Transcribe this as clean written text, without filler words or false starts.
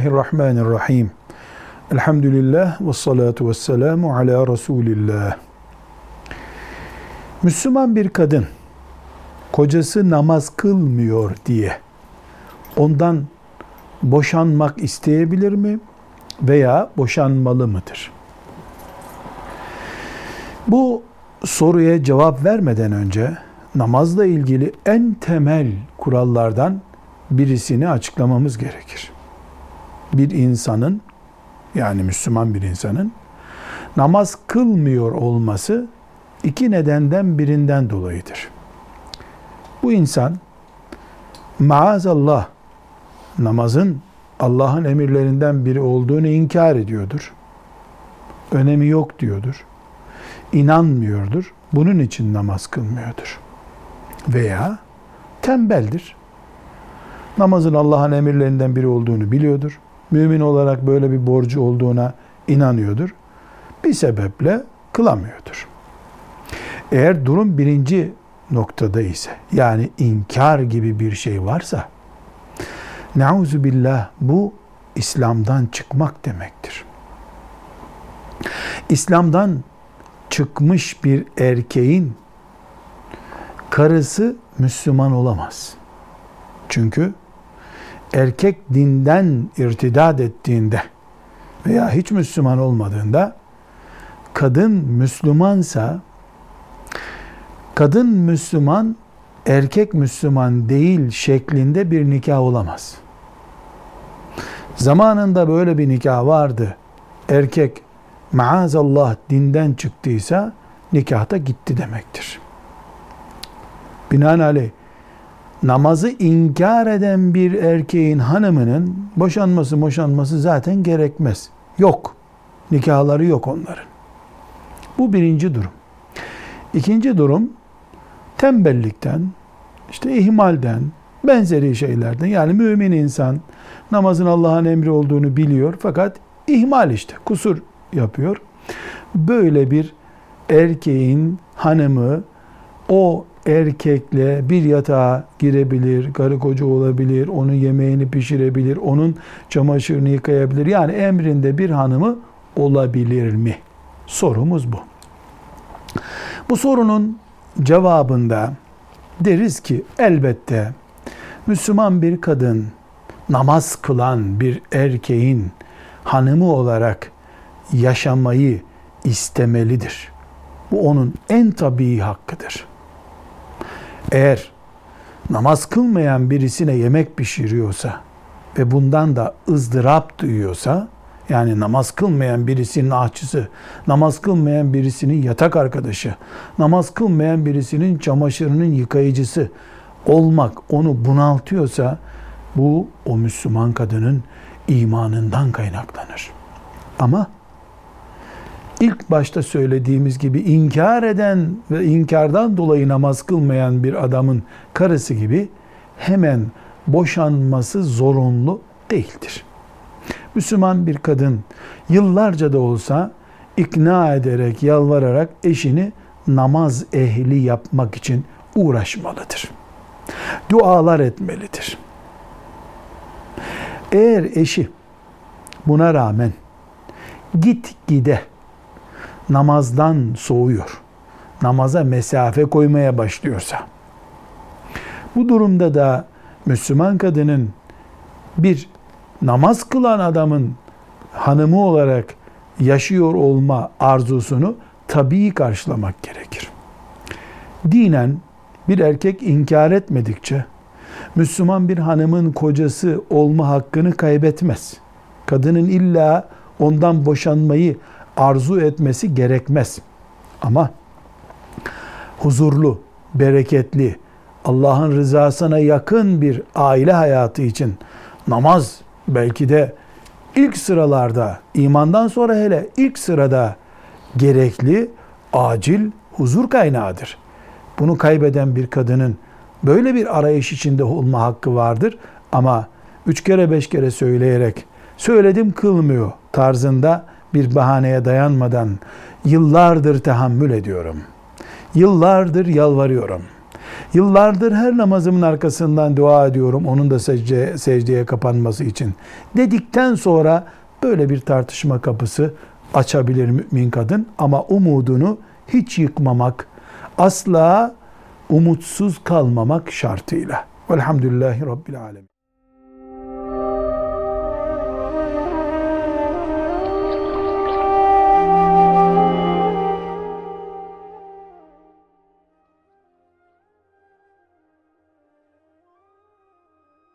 Bismillahirrahmanirrahim. Elhamdülillah ve salatu ve selamu ala Resulillah. Müslüman bir kadın kocası namaz kılmıyor diye ondan boşanmak isteyebilir mi veya boşanmalı mıdır? Bu soruya cevap vermeden önce namazla ilgili en temel kurallardan birisini açıklamamız gerekir. Bir insanın, yani Müslüman bir insanın namaz kılmıyor olması iki nedenden birinden dolayıdır. Bu insan maazallah namazın Allah'ın emirlerinden biri olduğunu inkar ediyordur. Önemi yok diyordur. İnanmıyordur. Bunun için namaz kılmıyordur. Veya tembeldir. Namazın Allah'ın emirlerinden biri olduğunu biliyordur. Mümin olarak böyle bir borcu olduğuna inanıyordur. Bir sebeple kılamıyordur. Eğer durum birinci noktada ise, yani inkar gibi bir şey varsa, neuzubillah, bu İslam'dan çıkmak demektir. İslam'dan çıkmış bir erkeğin karısı Müslüman olamaz. Çünkü erkek dinden irtidat ettiğinde veya hiç Müslüman olmadığında, kadın Müslümansa, kadın Müslüman, erkek Müslüman değil şeklinde bir nikah olamaz. Zamanında böyle bir nikah vardı. Erkek maazallah dinden çıktıysa nikahta gitti demektir. Binaenaleyh namazı inkar eden bir erkeğin hanımının boşanması zaten gerekmez. Yok. Nikahları yok onların. Bu birinci durum. İkinci durum, tembellikten, ihmalden, benzeri şeylerden. Yani mümin insan namazın Allah'ın emri olduğunu biliyor fakat ihmal, kusur yapıyor. Böyle bir erkeğin hanımı o erkekle bir yatağa girebilir, karı koca olabilir, onun yemeğini pişirebilir, onun çamaşırını yıkayabilir. Yani emrinde bir hanımı olabilir mi? Sorumuz bu. Bu sorunun cevabında deriz ki elbette Müslüman bir kadın namaz kılan bir erkeğin hanımı olarak yaşamayı istemelidir. Bu onun en tabii hakkıdır. Eğer namaz kılmayan birisine yemek pişiriyorsa ve bundan da ızdırap duyuyorsa, yani namaz kılmayan birisinin ahçısı, namaz kılmayan birisinin yatak arkadaşı, namaz kılmayan birisinin çamaşırının yıkayıcısı olmak onu bunaltıyorsa, bu o Müslüman kadının imanından kaynaklanır. Ama İlk başta söylediğimiz gibi inkar eden ve inkardan dolayı namaz kılmayan bir adamın karısı gibi hemen boşanması zorunlu değildir. Müslüman bir kadın yıllarca da olsa ikna ederek, yalvararak eşini namaz ehli yapmak için uğraşmalıdır. Dualar etmelidir. Eğer eşi buna rağmen gitgide namazdan soğuyor, namaza mesafe koymaya başlıyorsa, bu durumda da Müslüman kadının bir namaz kılan adamın hanımı olarak yaşıyor olma arzusunu tabii karşılamak gerekir. Dinen bir erkek inkar etmedikçe Müslüman bir hanımın kocası olma hakkını kaybetmez. Kadının illa ondan boşanmayı arzu etmesi gerekmez. Ama huzurlu, bereketli, Allah'ın rızasına yakın bir aile hayatı için namaz belki de ilk sıralarda, imandan sonra hele ilk sırada gerekli, acil huzur kaynağıdır. Bunu kaybeden bir kadının böyle bir arayış içinde olma hakkı vardır. Ama 3 kere 5 kere söyleyerek söyledim kılmıyor tarzında bir bahaneye dayanmadan yıllardır tahammül ediyorum, yıllardır yalvarıyorum, Yıllardır her namazımın arkasından dua ediyorum onun da secdeye kapanması için dedikten sonra böyle bir tartışma kapısı açabilir mümin kadın. Ama umudunu hiç yıkmamak, asla umutsuz kalmamak şartıyla. Velhamdülillahi Rabbil Alemin.